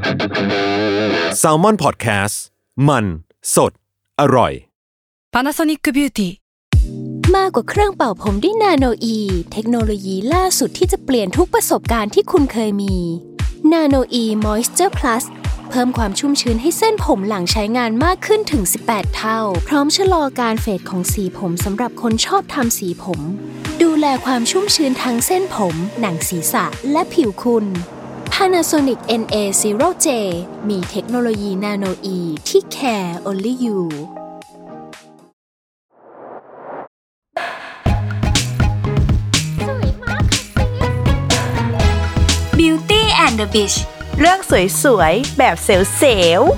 Salmon Podcast มันสดอร่อย Panasonic Beauty มากกว่าเครื่องเป่าผมด้วยนาโนอีเทคโนโลยีล่าสุดที่จะเปลี่ยนทุกประสบการณ์ที่คุณเคยมีนาโนอีมอยส์เจอร์พลัสเพิ่มความชุ่มชื้นให้เส้นผมหลังใช้งานมากขึ้นถึง18เท่าพร้อมชะลอการเฟดของสีผมสำหรับคนชอบทำสีผมดูแลความชุ่มชื้นทั้งเส้นผมหนังศีรษะและผิวคุณ Panasonic NA0J มีเทคโนโลยีนาโนอีที่ care only you Beauty and the Beast เรื่องสวยๆแบบเซลล์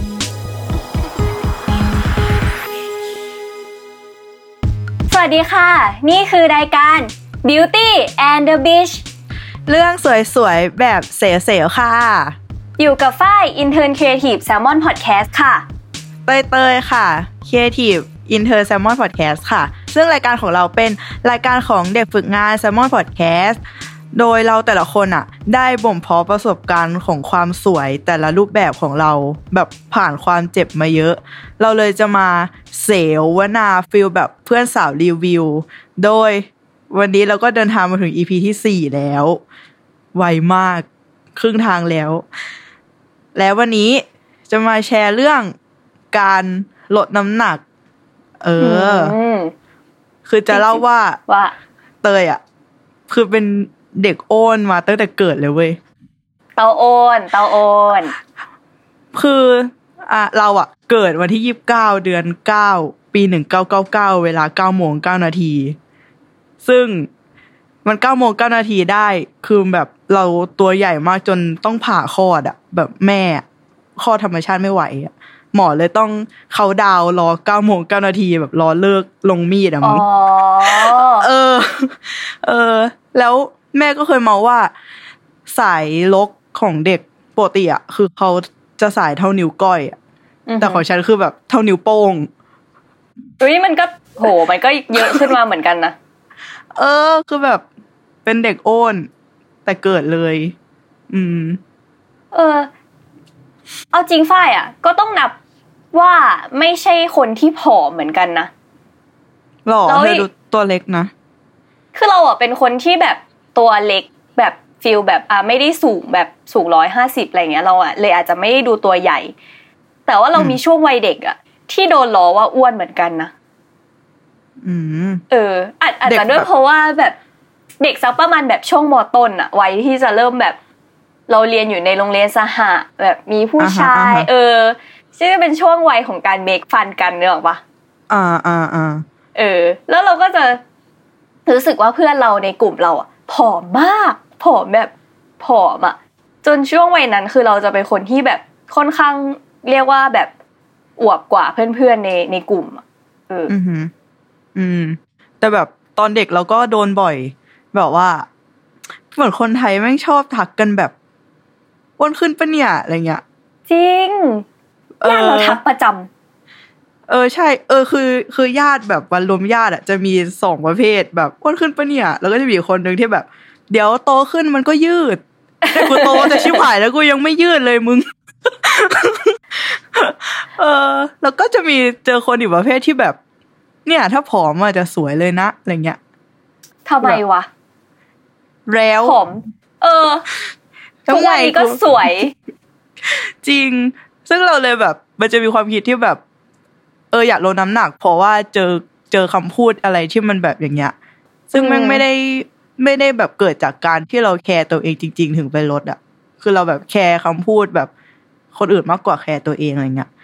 สวัสดีค่ะนี่คือรายการ Beauty and the Beast เรื่องสวยๆแบบเซลล์ค่ะอยู่กับฝ้าย Intern Creative Salmon Podcast ค่ะเตยๆค่ะ Creative Intern Salmon Podcast ค่ะซึ่งรายการของเราเป็นรายการของเด็กฝึกงาน Salmon Podcastโดยเราแต่ละคนอ่ะได้บ่มเพาะประสบการณ์ของความสวยแต่ละรูปแบบของเราแบบผ่านความเจ็บมาเยอะเราเลยจะมาเสวนาฟีลแบบเพื่อนสาวรีวิวโดยวันนี้เราก็เดินทางมาถึง EP ที่4แล้วไวมากครึ่งทางแล้ววันนี้จะมาแชร์เรื่องการลดน้ำหนักคือจะเล่าว่าเตยอ่ะคือเป็นเด็กโอนมาตั้งแต่เกิดเลยเว้ยเตาโอนคือเราอ่ะเกิดวันที่29เดือน9ปี1999เวลา 9:09 นาทีซึ่งมัน 9:09 นาทีได้คือแบบเราตัวใหญ่มากจนต้องผ่าคลอดอ่ะแบบแม่คลอดธรรมชาติไม่ไหวอ่ะหมอเลยต้องเขาดาวรอ 9:09 นาทีแบบรอเลิกลงมีดอ่ะมึงแล้วแม่ก็เคยเมาว่าสายลกของเด็กปกติอ่ะคือเขาจะสายเท่านิ้วก้อยอ่ะแต่ของฉันคือแบบเท่านิ้วโป้งมันก็โหมันก็เยอะขึ้นมาเหมือนกันนะคือแบบเป็นเด็กโอนแต่เกิดเลยเอาจริงฝ้ายอ่ะก็ต้องนับว่าไม่ใช่คนที่ผอมเหมือนกันนะหรอเธอดูตัวเล็กนะคือเราอ่ะเป็นคนที่แบบตัวเล็กแบบฟีลแบบไม่ได้สูงแบบสูง150อะไรเงี้ยเราอ่ะเลยอาจจะไม่ได้ดูตัวใหญ่แต่ว่าเรามีช่วงวัยเด็กอ่ะที่โดนล้อว่าอ้วนเหมือนกันนะอาจจะด้วยเพราะว่าแบบเด็กสักประมาณแบบช่วงม.ต้นอ่ะวัยที่จะเริ่มแบบเราเรียนอยู่ในโรงเรียนสหะแบบมีผู้ชายซึ่งเป็นช่วงวัยของการเมคฟันกันนึกออกปะแล้วเราก็จะรู้สึกว่าเพื่อนเราในกลุ่มเราอ่ะผอมมากผอมแบบผอมอ่ะจนช่วงวัยนั้นคือเราจะเป็นคนที่แบบค่อนข้างเรียกว่าแบบอวบกว่าเพื่อนๆในกลุ่มแต่แบบตอนเด็กเราก็โดนบ่อยแบบว่าเหมือนคนไทยแม่งชอบทักกันแบบอ้วนขึ้นปะเนี่ยอะไรเงี้ยจริงญาติเราทักประจำใช่คือญาติแบบวันรวมญาติอ่ะจะมี2ประเภทแบบอ้วนขึ้นปะเนี่ยแล้วก็จะมีคนนึงที่แบบเดี๋ยวโตขึ้นมันก็ยืดแต่กูโตแต่ชิบหายแล้วกูยังไม่ยืดเลยมึงแล้วก็จะมีเจอคนอีกประเภทที่แบบเนี่ยถ้าผอมอาจจะสวยเลยนะอะไรเงี้ยทำไมวะแล้วผอมทุกวันนี้ก็สวยจริงซึ่งเราเลยแบบมันจะมีความคิดที่แบบอยากลดน้ำหนักเพราะว่าเจอคำพูดอะไรที่มันแบบอย่างเงี้ยซึ่งมันไม่ได้แบบเกิดจากการที่เราแคร์ตัวเองจริงๆถึงไปลดอ่ะคือเราแบบแคร์คำพูดแบบคนอื่นมากกว่าแคร์ตัวเองอะไรเงี้ย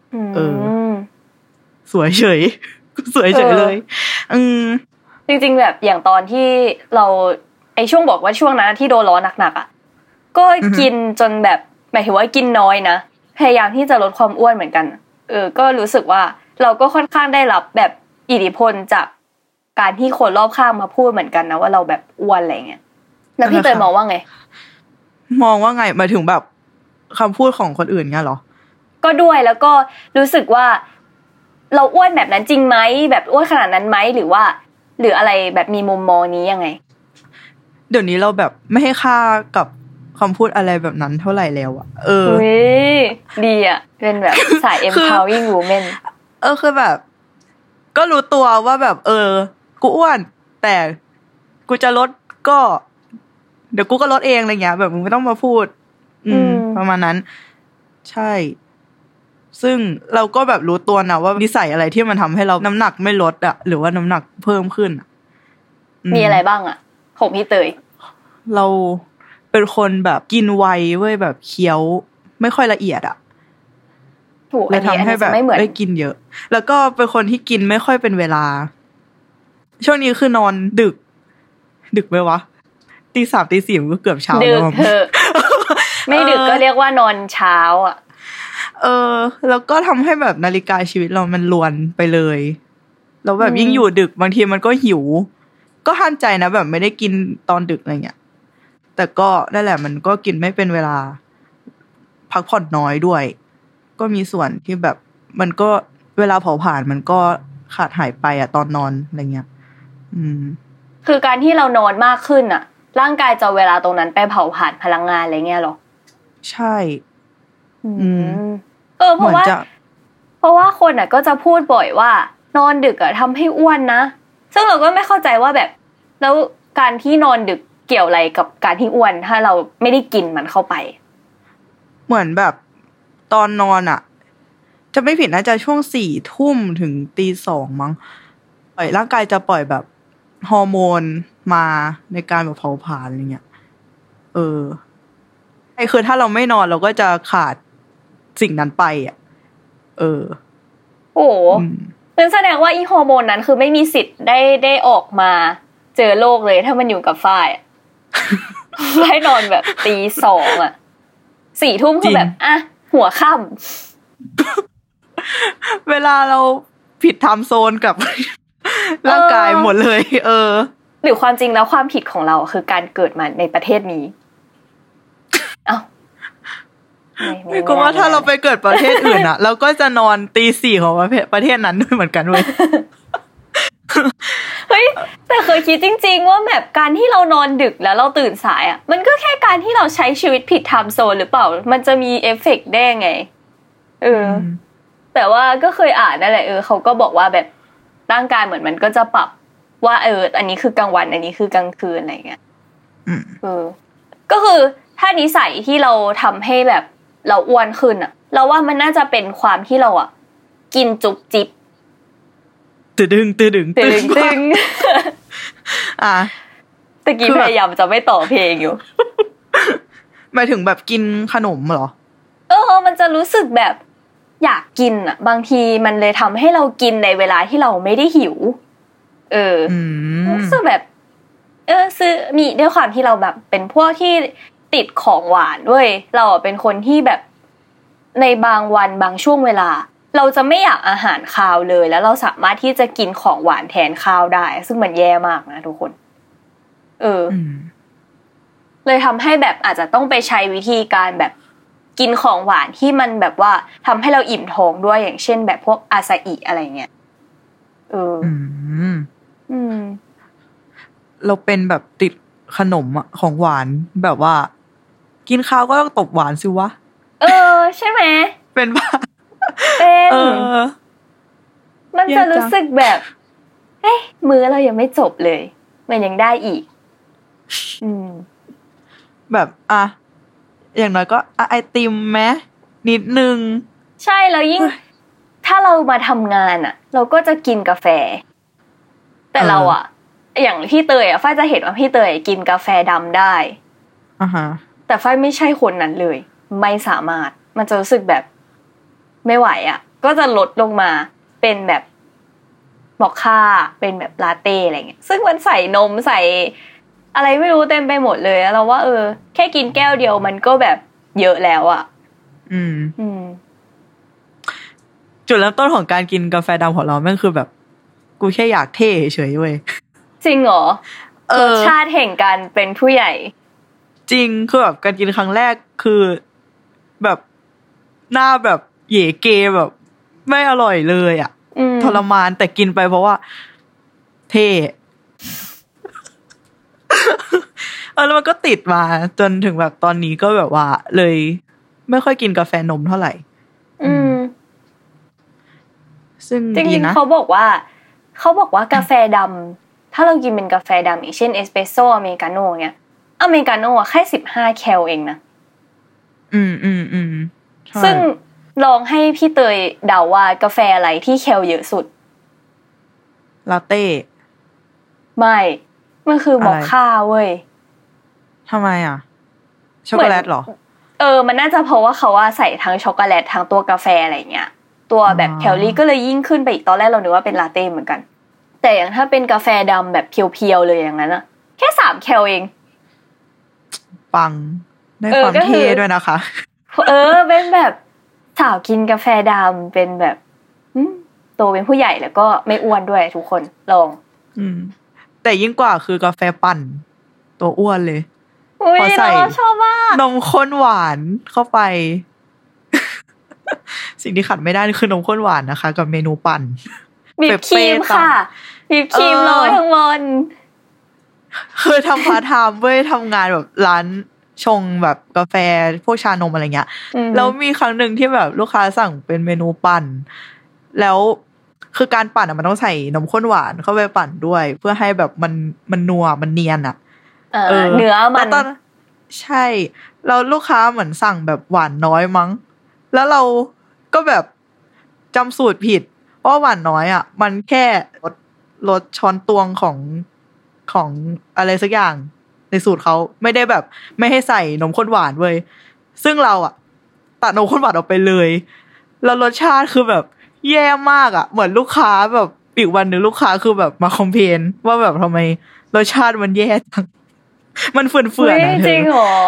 สวยเฉยสวยเฉยเลยจริงๆแบบอย่างตอนที่เราช่วงบอกว่าช่วงนั้นที่โดนล้อหนักๆอ่ะก็กินจนแบบหมายถึงว่ากินน้อยนะพยายามที่จะลดความอ้วนเหมือนกันก็รู้สึกว่าเราก็ค่อนข้างได้รับแบบอิทธิพลจากการที่คนรอบข้างมาพูดเหมือนกันนะว่าเราแบบอ้วนอะไรเงี้ยแล้วพี่เตยมองว่าไงหมายถึงแบบคำพูดของคนอื่นเงี้ยเหรอก็ด้วยแล้วก็รู้สึกว่าเราอ้วนแบบนั้นจริงไหมแบบอ้วนขนาดนั้นไหมหรืออะไรแบบมีมุมมองนี้ยังไงเดี๋ยวนี้เราแบบไม่ให้ค่ากับคคำพูดอะไรแบบนั้นเท่าไหร่แล้วอ่ะดีอ่ะเป็นแบบสาย empowering woman คือแบบก็รู้ตัวว่าแบบกูอ้วนแต่กูจะลดก็เดี๋ยวกูก็ลดเองอะไรเงี้ยแบบมึงไม่ต้องมาพูดประมาณนั้นใช่ซึ่งเราก็แบบรู้ตัวนะว่านิสัยอะไรที่มันทำให้เราน้ำหนักไม่ลดอ่ะหรือว่าน้ำหนักเพิ่มขึ้นมีอะไรบ้างอ่ะของพี่เตยเราเป็นคนแบบกินไวเว้ยแบบเคี้ยวไม่ค่อยละเอียดอ่ะเลยทำให้แบบได้กินเยอะแล้วก็เป็นคนที่กินไม่ค่อยเป็นเวลาช่วงนี้คือนอนดึกไหมวะตี 3 ตี 4ก็เกือบเช้าแล้วไม่ดึกก็เรียกว่านอนเช้าอ่ะแล้วก็ทำให้แบบนาฬิกาชีวิตเรามันรวนไปเลยแล้วแบบยิ่งอยู่ดึกบางทีมันก็หิวก็ห้ามใจนะแบบไม่ได้กินตอนดึกอะไรเงี้ยแต่ก็นั่นแหละมันก็กินไม่เป็นเวลาพักผ่อนน้อยด้วยก็มีส่วนที่แบบมันก็เวลาเผาผลาญมันก็ขาดหายไปอะตอนนอนอะไรเงี้ยคือการที่เรานอนมากขึ้นอะร่างกายจะเวลาตรงนั้นไปเผาผลาญพลังงานอะไรเงี้ยหรอใช่เพราะว่าคนอะก็จะพูดบ่อยว่านอนดึกอะทำให้อ้วนนะซึ่งเราก็ไม่เข้าใจว่าแบบแล้วการที่นอนดึกเกี่ยวอะไรกับการที่อ้วนถ้าเราไม่ได้กินมันเข้าไปเหมือนแบบตอนนอนอะจะไม่ผิดนะจะช่วง 4 ทุ่มถึงตี 2มั้งร่างกายจะปล่อยแบบฮอร์โมนมาในการแบบเผาผลาญอะไรเงี้ยคือถ้าเราไม่นอนเราก็จะขาดสิ่งนั้นไปอ่ะโอ้เป็นแสดงว่าอีฮอร์โมนนั้นคือไม่มีสิทธิ์ได้ออกมาเจอโลกเลยถ้ามันอยู่กับฝ้ายให้นอนแบบตี 2อ่ะ 4 ทุ่มคือแบบอ่ะหัวค่ำเวลาเราผิดไทม์โซนกับร่างกายหมดเลยหรือความจริงแล้วความผิดของเราคือการเกิดมาในประเทศนี้ไม่ก็ว่าถ้าเราไปเกิดประเทศอื่นอ่ะเราก็จะนอนตี 4ของประเทศนั้นด้วยเหมือนกันเว้ยเฮ้ยแต่เคยคิดจริงๆว่าแบบการที่เรานอนดึกแล้วเราตื่นสายอ่ะมันก็แค่การที่เราใช้ชีวิตผิดไทม์โซนหรือเปล่ามันจะมีเอฟเฟกต์ได้ไงแต่ว่าก็เคยอ่านนั่นแหละเขาก็บอกว่าแบบร่างกายเหมือนมันก็จะปรับว่าอันนี้คือกลางวันอันนี้คือกลางคืนอะไรเงี้ยก็คือถ้านิสัยที่เราทำให้แบบเราอ้วนขึ้นอ่ะเราว่ามันน่าจะเป็นความที่เราอ่ะกินจุบจิบตึงตะกี้พยายามจะไม่ต่อเพลงอยู่หมายถึงแบบกินขนมเหรอมันจะรู้สึกแบบอยากกินอ่ะบางทีมันเลยทำให้เรากินในเวลาที่เราไม่ได้หิวรู้สึกแบบซื้อมีด้วยความที่เราแบบเป็นพวกที่ติดของหวานด้วยเราเป็นคนที่แบบในบางวันบางช่วงเวลาเราจะไม่อยากอาหารคาวเลยแล้วเราสามารถที่จะกินของหวานแทนข้าวได้ซึ่งมันแย่มากนะทุกคนเลยทำให้แบบอาจจะต้องไปใช้วิธีการแบบกินของหวานที่มันแบบว่าทำให้เราอิ่มท้องด้วยอย่างเช่นแบบพวกอาซาอิอะไรเงี้ยเราเป็นแบบติดขนมอะของหวานแบบว่ากินข้าวก็ต้องตบหวานสิวะใช่ไหมเป็นป่ะเป็นมันจะรู้สึกแบบมื้อเรายังไม่จบเลยมันยังได้อีกแบบอย่างน้อยก็ไอติมไหมนิดนึงใช่แล้วยิ่งถ้าเรามาทำงานอ่ะเราก็จะกินกาแฟแต่เราอ่ะอย่างพี่เตยฝ้ายจะเห็นว่าพี่เตยกินกาแฟดำได้แต่ฝ้ายไม่ใช่คนนั้นเลยไม่สามารถมันจะรู้สึกแบบไม่ไหวอ่ะก็จะลดลงมาเป็นแบบมอคค่าเป็นแบบลาเต้อะไรเงี้ยซึ่งมันใส่นมใส่อะไรไม่รู้เต็มไปหมดเลยเราว่าแค่กินแก้วเดียวมันก็แบบเยอะแล้วอ่ะจุดเริ่มต้นของการกินกาแฟดำของเราแม่งคือแบบกูแค่อยากเท่เฉยๆเว้ยจริงเหรอรสชาติแห่งการเป็นผู้ใหญ่จริงคือแบบการกินครั้งแรกคือแบบหน้าแบบเหย่เกแบบไม่อร่อยเลยอ่ะทรมานแต่กินไปเพราะว่าเท่แล้วมันก็ติดมาจนถึงแบบตอนนี้ก็แบบว่าเลยไม่ค่อยกินกาแฟนมเท่าไหร่ซึ่งจริงๆเขาบอกว่ากาแฟดำถ้าเรากินเป็นกาแฟดำอย่างเช่นเอสเปรสโซ่อเมริกาโน่เงี้ยอเมริกาโน่แค่15แคลเองนะซึ่งลองให้พี่เตยเดาว่ากาแฟอะไรที่แคลเยอะสุดลาเต้ไม่มันคือมอคค่าเว้ยทำไมอ่ะช็อกโกแลตหรอมันน่าจะเพราะว่าเขาว่าใส่ทั้งช็อกโกแลตทั้งตัวกาแฟอะไรเงี้ยตัวแบบแคลอรี่ก็เลยยิ่งขึ้นไปอีกตอนแรกเรานึกว่าเป็นลาเต้เหมือนกันแต่อย่างถ้าเป็นกาแฟดำแบบเพียวๆเลยอย่างนั้นอะแค่3แคลเองปังได้ความเท่ด้วยนะคะเป็นแบบสาวกินกาแฟดำเป็นแบบโตเป็นผู้ใหญ่แล้วก็ไม่อ้วนด้วยทุกคนลองแต่ยิ่งกว่าคือกาแฟปั่นตัวอ้วนเลยพอใส่ชอบมากนมข้นหวานเข้าไป สิ่งที่ขัดไม่ได้คือนมข้นหวานนะคะกับเมนูปั่นบีบครีมค่ะบีบครีมโรยทั้งวันเคยทำพาร์ทไทม์เว้ยทำงานแบบร้านชงแบบกาแฟพวกชานมอะไรเงี้ยแล้วมีครั้งหนึ่งที่แบบลูกค้าสั่งเป็นเมนูปั่นแล้วคือการปั่นมันต้องใส่นมข้นหวานเข้าไปปั่นด้วยเพื่อให้แบบมันนัวมันเนียนอ่ะเนื้อมันใช่แล้วลูกค้าเหมือนสั่งแบบหวานน้อยมั้งแล้วเราก็แบบจำสูตรผิดเพราะหวานน้อยอ่ะมันแค่ลดช้อนตวงของอะไรสักอย่างในสูตรเขาไม่ได้แบบไม่ให้ใส่นมข้นหวานเว้ยซึ่งเราอ่ะตัดนมข้นหวานออกไปเลยแล้วรสชาติคือแบบแย่มากอ่ะเหมือนลูกค้าแบบอีกวันนึงลูกค้าคือแบบมาคอมเพลนว่าแบบทำไมรสชาติมันแย่จังมันเฟื่อนๆนะเธอจริงเหรอ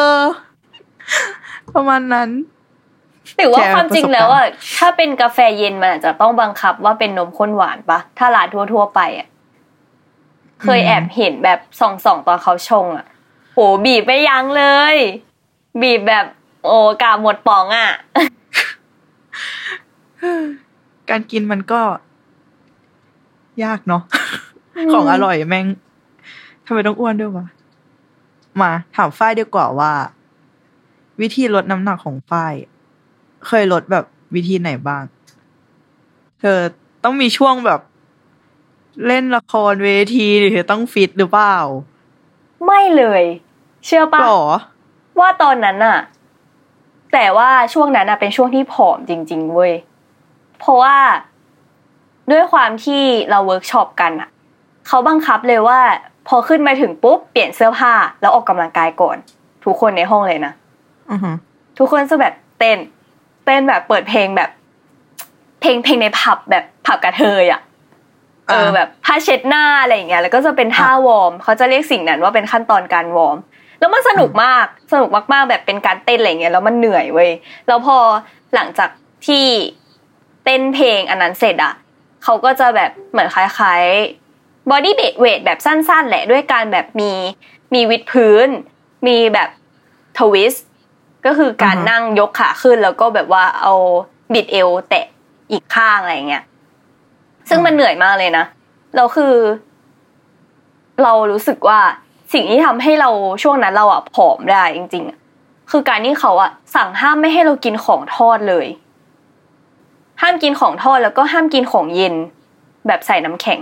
ประมาณนั้นแต่ว่าความจริงแล้วอ่ะถ้าเป็นกาแฟเย็นมันอาจจะต้องบังคับว่าเป็นนมข้นหวานปะถ้าร้านทั่วๆไปอ่ะเคยแอบเห็นแบบส่องตอนเขาชงอ่ะโหบีบไม่ยั้งเลยบีบแบบโอ้กาหมดป๋องอ่ะการกินมันก็ยากเนาะ ของอร่อยแม่งทำไมต้องอ้วนด้วยวะมาถามฝ้ายดีกว่าว่าวิธีลดน้ำหนักของฝ้ายเคยลดแบบวิธีไหนบ้างเธอต้องมีช่วงแบบเล่นละครเวทีหรือต้องฟิตหรือเปล่าไม่เลยเชื่อป่ะว่าตอนนั้นน่ะแต่ว่าช่วงนั้นน่ะเป็นช่วงที่ผอมจริงๆเว้ยเพราะว่าด้วยความที่เราเวิร์กช็อปกันอ่ะเขาบังคับเลยว่าพอขึ้นมาถึงปุ๊บเปลี่ยนเสื้อผ้าแล้วออกกำลังกายก่อนทุกคนในห้องเลยนะทุกคนจะแบบเต้นแบบเปิดเพลงแบบเพลงในผับแบบผับกระเทยอ่ะแบบผ้าเช็ดหน้าอะไรอย่างเงี้ยแล้วก็จะเป็นท่าวอร์มเขาจะเรียกสิ่งนั้นว่าเป็นขั้นตอนการวอร์มแล้วมันสนุกมากแบบเป็นการเต้นอะไรอย่างเงี้ยแล้วมันเหนื่อยเว้ยแล้วพอหลังจากที่เต้นเพลงอันนั้นเสร็จอ่ะเขาก็จะแบบเหมือนคล้ายๆบอดี้เวทแบบสั้นๆแหละด้วยการแบบมีวิดพื้นมีแบบทวิสต์ก็คือการนั่งยกขาขึ้นแล้วก็แบบว่าเอาบิดเอวแตะอีกข้างอะไรอย่างเงี้ยซึ่งมันเหนื่อยมากเลยนะเราคือเรารู้สึกว่าสิ่งที่ทำให้เราช่วงนั้นเราอ่ะผอมได้จริงๆคือการที่เขาอ่ะสั่งห้ามไม่ให้เรากินของทอดเลยห้ามกินของทอดแล้วก็ห้ามกินของเย็นแบบใส่น้ำแข็ง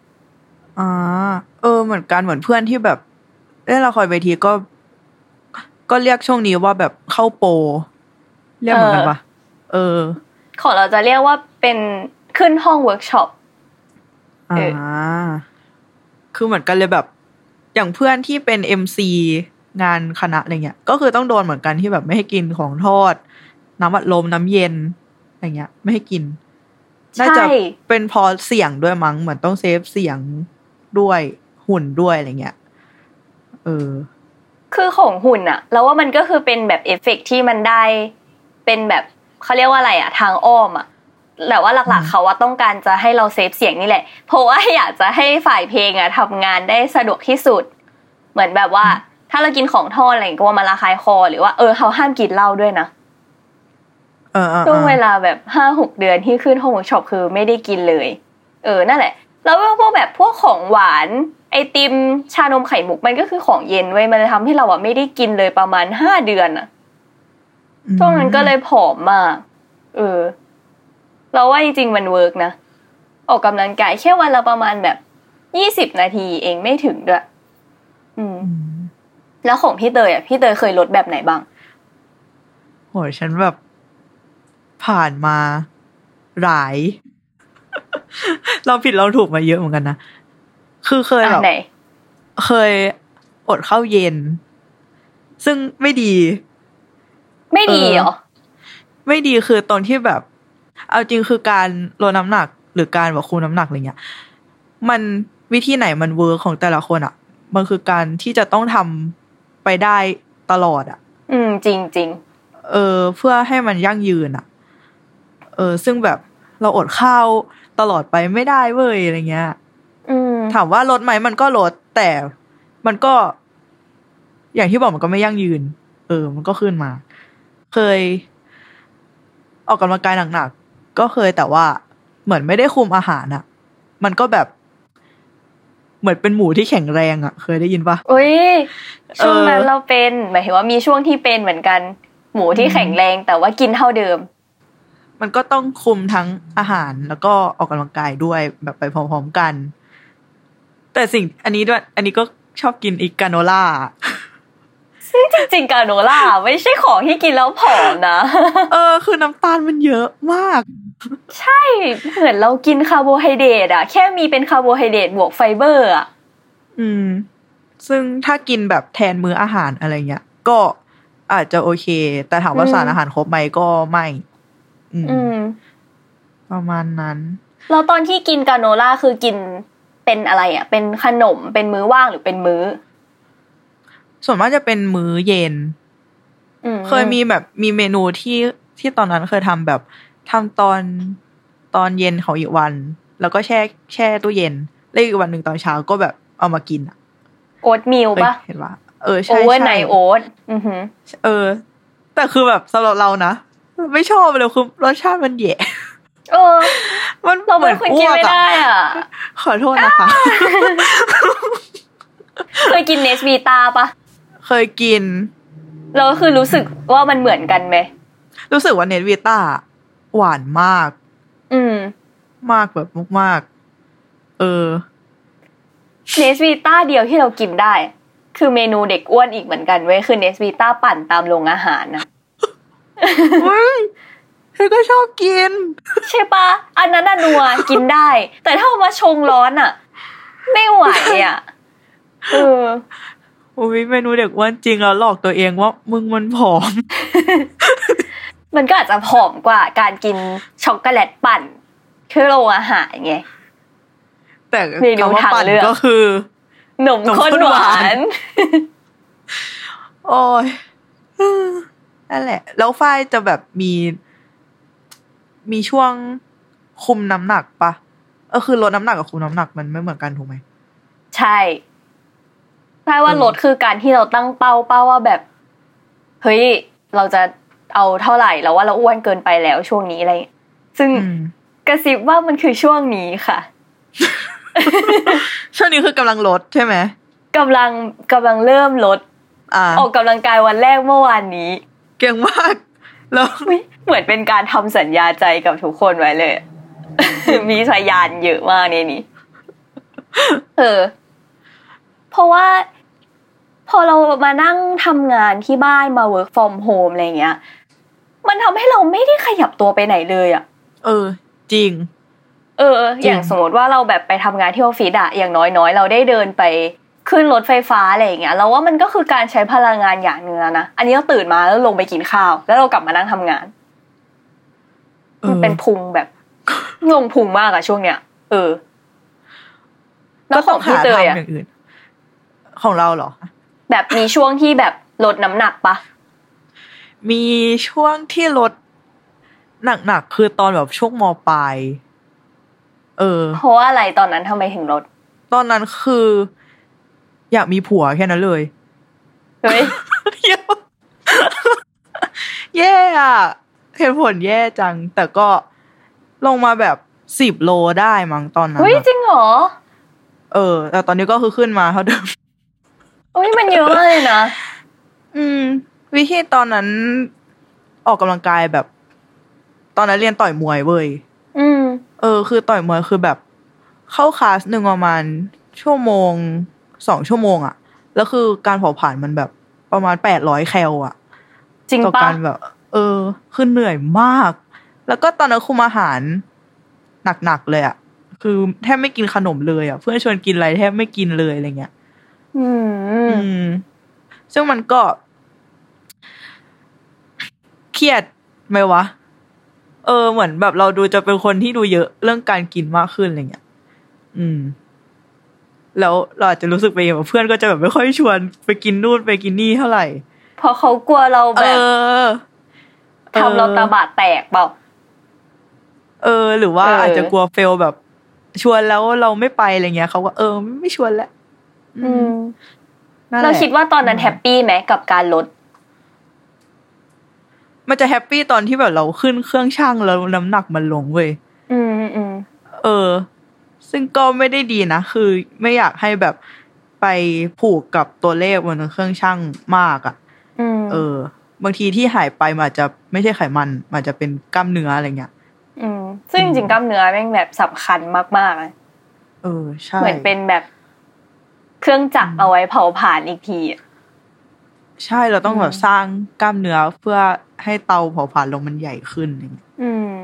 เหมือนกันเหมือนเพื่อนที่แบบเล่นละครเวทีก็เรียกช่วงนี้ว่าแบบเข้าโปรเรียกเหมือนกันปะของเราจะเรียกว่าเป็นขึ้นห้องเวิร์กช็อปคือเหมือนกันเลยแบบอย่างเพื่อนที่เป็น MC งานคณะอะไรเงี้ยก็คือต้องโดนเหมือนกันที่แบบไม่ให้กินของทอดน้ำอัดลมน้ำเย็นอะไรเงี้ยไม่ให้กินน่าจะเป็นพอเสี่ยงด้วยมั้งเหมือนต้องเซฟเสียงด้วยหุ่นด้วยอะไรเงี้ยคือของหุ่นอะแล้วว่ามันก็คือเป็นแบบเอฟเฟกต์ที่มันได้เป็นแบบเขาเรียกว่าอะไรอะทางอ้อมอะแต่ว่าหลักๆเขาว่าต้องการจะให้เราเซฟเสียงนี่แหละเพราะว่าอยากจะให้ฝ่ายเพลงอะทำงานได้สะดวกที่สุดเหมือนแบบว่าถ้าเรากินของทอดอะไรก็ว่ามันระคายคอหรือว่าเขาห้ามกินเหล้าด้วยนะช่วงเวลาแบบ 5-6 เดือนที่ขึ้นห้องเวิร์คช็อปคือไม่ได้กินเลยนั่นแหละแล้วพวกแบบพวกของหวานไอติมชานมไข่มุกมันก็คือของเย็นเว้ยมันเลยทำให้เราไม่ได้กินเลยประมาณ5 เดือนอะช่วงนั้นก็เลยผอมมากเราว่าจริงๆมันเวิร์กนะออกกำลังกายแค่วันละประมาณแบบ20 นาทีเองไม่ถึงด้วยแล้วของพี่เตยพี่เตยเคยลดแบบไหนบ้างโหฉันแบบผ่านมาหลาย เราผิดเราถูกมาเยอะเหมือนกันนะคือเคยแบบเคยอดข้าวเย็นซึ่งไม่ดีเหรอไม่ดีคือตอนที่แบบเอาจริงคือการลดน้ำหนักหรือการแบบคุมน้ำหนักอะไรเงี้ยมันวิธีไหนมันเวิร์คของแต่ละคนอ่ะมันคือการที่จะต้องทำไปได้ตลอดอ่ะจริงเพื่อให้มันยั่งยืนอ่ะซึ่งแบบเราอดข้าวตลอดไปไม่ได้เว้ยอะไรเงี้ยถามว่าลดไหมมันก็ลดแต่มันก็อย่างที่บอกมันก็ไม่ยั่งยืนมันก็ขึ้นมาเคยออกกำลังกายหนักๆก็เคยแต่ว่าเหมือนไม่ได้คุมอาหารอ่ะมันก็แบบเหมือนเป็นหมูที่แข็งแรงอ่ะเคยได้ยินปะอุ๊ยช่วงนั้นเราเป็นหมายถึงว่ามีช่วงที่เป็นเหมือนกันหมูที่แข็งแรงแต่ว่ากินเท่าเดิมมันก็ต้องคุมทั้งอาหารแล้วก็ออกกำลังกายด้วยแบบไปพร้อมๆกันแต่สิ่งอันนี้ด้วยอันนี้ก็ชอบกินอีกกาโนล่าซึ่งจริงๆกาโนล่าไม่ใช่ของที่กินแล้วผอมนะคือน้ำตาลมันเยอะมากใช่เหมือนเรากินคาร์โบไฮเดรตแค่มีเป็นคาร์โบไฮเดรตบวกไฟเบอร์ซึ่งถ้ากินแบบแทนมื้ออาหารอะไรเงี้ยก็อาจจะโอเคแต่ถามว่าสารอาหารครบไหมก็ไม่ประมาณนั้นแล้วตอนที่กินกาโนล่าคือกินเป็นอะไรเป็นขนมเป็นมื้อว่างหรือเป็นมื้อส่วนมากจะเป็นมื้อเย็นเคยมีแบบมีเมนูที่ตอนนั้นเคยทำแบบทำตอนเย็นของอีกวันแล้วก็แช่ตู้เย็นแล้วอีกวันหนึ่งตอนเช้าก็แบบเอามากินโอ๊ตมิลป่ะเห็นป่ะใช่โอเวอร์ไนท์โอ๊ตแต่คือแบบสำหรับเรานะไม่ชอบเลยคือรสชาติมันแย่มันเหมือนอ้วกขอโทษนะคะเคยกินเนสวีตาปะเคยกินแล้วคือรู้สึกว่ามันเหมือนกันไหมรู้สึกว่าเนสวีตาหวานมากมากแบบมากเนสวีตาเดียวที่เรากินได้คือเมนูเด็กอ้วนอีกเหมือนกันเว้ยคือเนสวีตาปั่นตามโรงอาหารนะเธอก็ชอบกินใช่ปะอันนั้นนัวกินได้แต่ถ้าเอามาชงร้อนไม่ไหวโอ้ยเมนูเด็กอ้วนจริงแล้วหลอกตัวเองว่ามึงมันผอมมันก็อาจจะผอมกว่าการกินช็อกโกแลตปั่นคือโรงอาหารไงแต่คำว่าปั่นก็คือนมข้นหวานโอ้ยนั่นแหละแล้วฝ้ายจะแบบมีช่วงคุมน้ำหนักปะคือลดน้ำหนักกับคุมน้ำหนักมันไม่เหมือนกันถูกไหมใช่ใช่ว่าลดคือการที่เราตั้งเป้าว่าแบบเฮ้ยเราจะเอาเท่าไหร่แล้วว่าเราอ้วนเกินไปแล้วช่วงนี้อะไรซึ่งกระซิบว่ามันคือช่วงนี้ค่ะช่วงนี้คือกำลังลดใช่ไหมกำลังเริ่มลดออกกำลังกายวันแรกเมื่อวานนี้เก่งมากแล้วเหมือนเป็นการทำสัญญาใจกับทุกคนไว้เลย มีพยานเยอะมากในนี้เพราะว่าพอเรามานั่งทำงานที่บ้านมา work from home อะไรเงี้ยมันทำให้เราไม่ได้ขยับตัวไปไหนเลยจริงอย่างสมมติว่าเราแบบไปทำงานที่ออฟฟิศอย่างน้อยเราได้เดินไปขึ้นรถไฟฟ้าอะไรอย่างเงี้ยเราว่ามันก็คือการใช้พลังงานอย่างนึงแล้วนะอันนี้เราตื่นมาแล้วลงไปกินข้าวแล้วเรากลับมานั่งทำงานมันเป็นพุงแบบลงพุงมากช่วงเนี้ยแล้วของพี่เตยอย่างอื่นของเราเหรอแบบมีช่วงที่แบบลดน้ำหนักปะมีช่วงที่ลดหนักๆคือตอนแบบช่วงม.ปลายเพราะว่าอะไรตอนนั้นทำไมถึงลดตอนนั้นคืออยากมีผัวแค่นั้นเลยเฮ้ยแย่เหตุผลแย่จังแต่ก็ลงมาแบบ10 โลได้มั้งตอนนั้นเฮ้ยจริงเหรอแต่ตอนนี้ก็คือขึ้นมาเท่าเดิมโอ้ยมันเยอะมากเลยนะวิธีตอนนั้นออกกำลังกายแบบตอนนั้นเรียนต่อยมวยเว้ยคือต่อยมวยคือแบบเข้าคลาสนึงประมาณชั่วโมง2ชั่วโมงอะแล้วคือการเผาผลาญมันแบบประมาณ800แคลอะจริงปะต่อการแบบคือเหนื่อยมากแล้วก็ตอนนั้นคุมอาหารหนักๆเลยอะคือแทบไม่กินขนมเลยอะเพื่อนชวนกินอะไรแทบไม่กินเลยอะไรเงี้ยซึ่งมันก็เครียดไหมวะเหมือนแบบเราดูจะเป็นคนที่ดูเยอะเรื่องการกินมากขึ้นอะไรเงี้ยแล้วเราอาจจะรู้สึกไปเองว่าเพื่อนก็จะแบบไม่ค่อยชวนไปกินนู่นไปกินนี่เท่าไหร่เพราะเขากลัวเราแบบทำเราตาบาดแตกเปล่าหรือว่าอาจจะกลัวเฟลแบบชวนแล้วเราไม่ไปอะไรเงี้ยเขาก็ไม่ชวนแล้วเราคิดว่าตอนนั้นแฮปปี้ไหมกับการลดมันจะแฮปปี้ตอนที่แบบเราขึ้นเครื่องชั่งแล้วน้ำหนักมันลงเว้ยซึ่งก็ไม่ได้ดีนะคือไม่อยากให้แบบไปผูกกับตัวเลขบนเครื่องชั่งมากอ่ะบางทีที่หายไปมันอาจจะไม่ใช่ไขมันมันจะเป็นกล้ามเนื้ออะไรเงี้ยซึ่งจริงๆกล้ามเนื้อแม่งแบบสำคัญมากๆเลยใช่เหมือนเป็นแบบเครื่องจักรเอาไว้เผาผลาญอีกทีใช่เราต้องแบบสร้างกล้ามเนื้อเพื่อให้เตาเผาผลาญลงมันใหญ่ขึ้นอย่างเงี้ย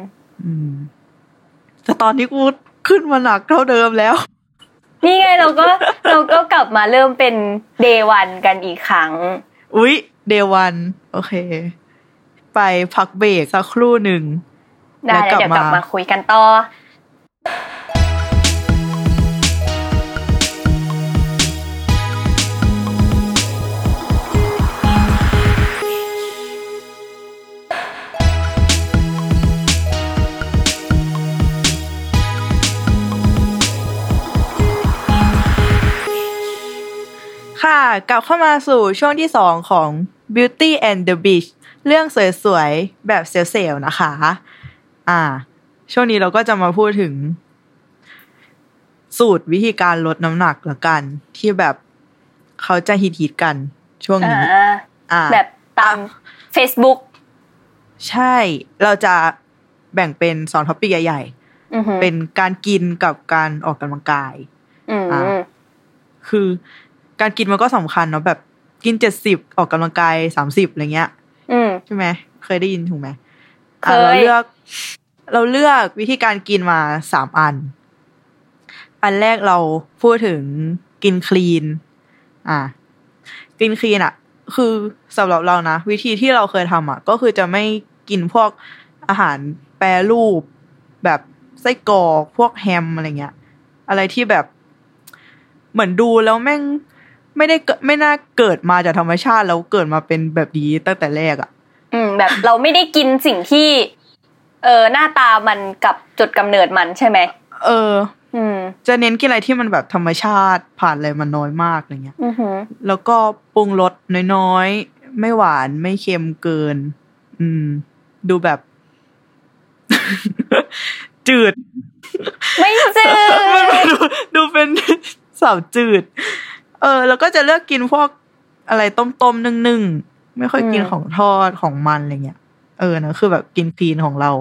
แต่ตอนนี้กูขึ้นมาหนักเท่าเดิมแล้วนี่ไงเราก็กลับมาเริ่มเป็น day 1กันอีกครั้งอุ๊ย day 1โอเคไปพักเบรกสักครู่นึงแล้วเดี๋ยวกลับมาคุยกันต่อค่ะกลับเข้ามาสู่ช่วงที่2ของ Beauty and the Beast เรื่องสวยๆแบบเซลล์ๆนะคะช่วงนี้เราก็จะมาพูดถึงสูตรวิธีการลดน้ำหนักละกันที่แบบเขาจะฮิตๆกันช่วงนี้แบบตาม Facebook ใช่เราจะแบ่งเป็น2ท็อปิกใหญ่ๆเป็นการกินกับการออกกำลังกายคือการกินมันก็สำคัญเนาะแบบกิน70ออกกำลังกาย30อะไรเงี้ยใช่ไหมเคยได้ยินถูกไหมเราเลือกวิธีการกินมา3อันแรกเราพูดถึงกินคลีนกินคลีนคือสำหรับเรานะวิธีที่เราเคยทำก็คือจะไม่กินพวกอาหารแปรรูปแบบไส้กรอกพวกแฮมอะไรเงี้ยอะไรที่แบบเหมือนดูแล้วแม่งไม่น่าเกิดมาจากธรรมชาติแล้วเกิดมาเป็นแบบนี้ตั้งแต่แรกแบบเราไม่ได้กินสิ่งที่หน้าตามันกับจุดกำเนิดมันใช่ไหมจะเน้นกินอะไรที่มันแบบธรรมชาติผ่านอะไรมันน้อยมากอะไรเงี้ยแล้วก็ปรุงรสน้อยๆไม่หวานไม่เค็มเกินดูแบบ จืดไม่จืดดูเป็นสาวจืดแล้วก็จะเลือกกินพวกอะไรต้มๆนึ่งๆไม่ค่อยกินของทอดของมันอะไรเงี้ยนะคือแบบกินคลีนของเรา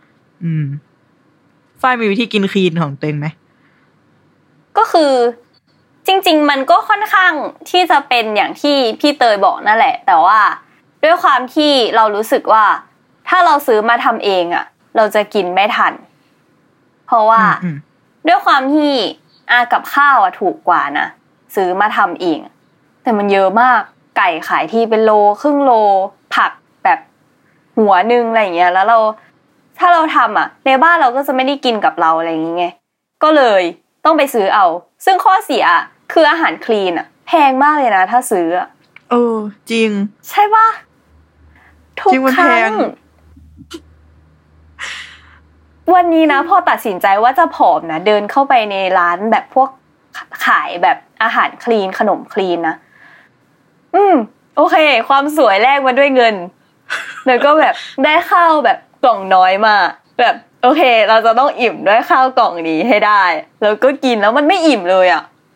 ฝ้ายมีวิธีกินคลีนของตัวเองไหมก็คือจริงๆมันก็ค่อนข้างที่จะเป็นอย่างที่พี่เตยบอกนั่นแหละแต่ว่าด้วยความที่เรารู้สึกว่าถ้าเราซื้อมาทำเองเราจะกินไม่ทันเพราะว่าด้วยความที่กับข้าวถูกกว่านะซื้อมาทำเองแต่มันเยอะมากไก่ขายที่เป็นโลครึ่งโลผักแบบหัวนึงอะไรอย่างเงี้ยแล้วถ้าเราทำในบ้านเราก็จะไม่ได้กินกับเราอะไรอย่างเงี้ยก็เลยต้องไปซื้อเอาซึ่งข้อเสียคืออาหารคลีนแพงมากเลยนะถ้าซื้อจริงใช่ปะทุกครั้งวันนี้นะพอตัดสินใจว่าจะผอมนะเดินเข้าไปในร้านแบบพวกขายแบบอาหารคลีนขนมคลีนนะโอเคความสวยแลกมาด้วยเงินแล้วก็แบบได้ข้าวแบบกล่องน้อยมาแบบโอเคเราจะต้องอิ่มด้วยข้าวกล่องนี้ให้ได้แล้วก็กินแล้วมันไม่อิ่มเลย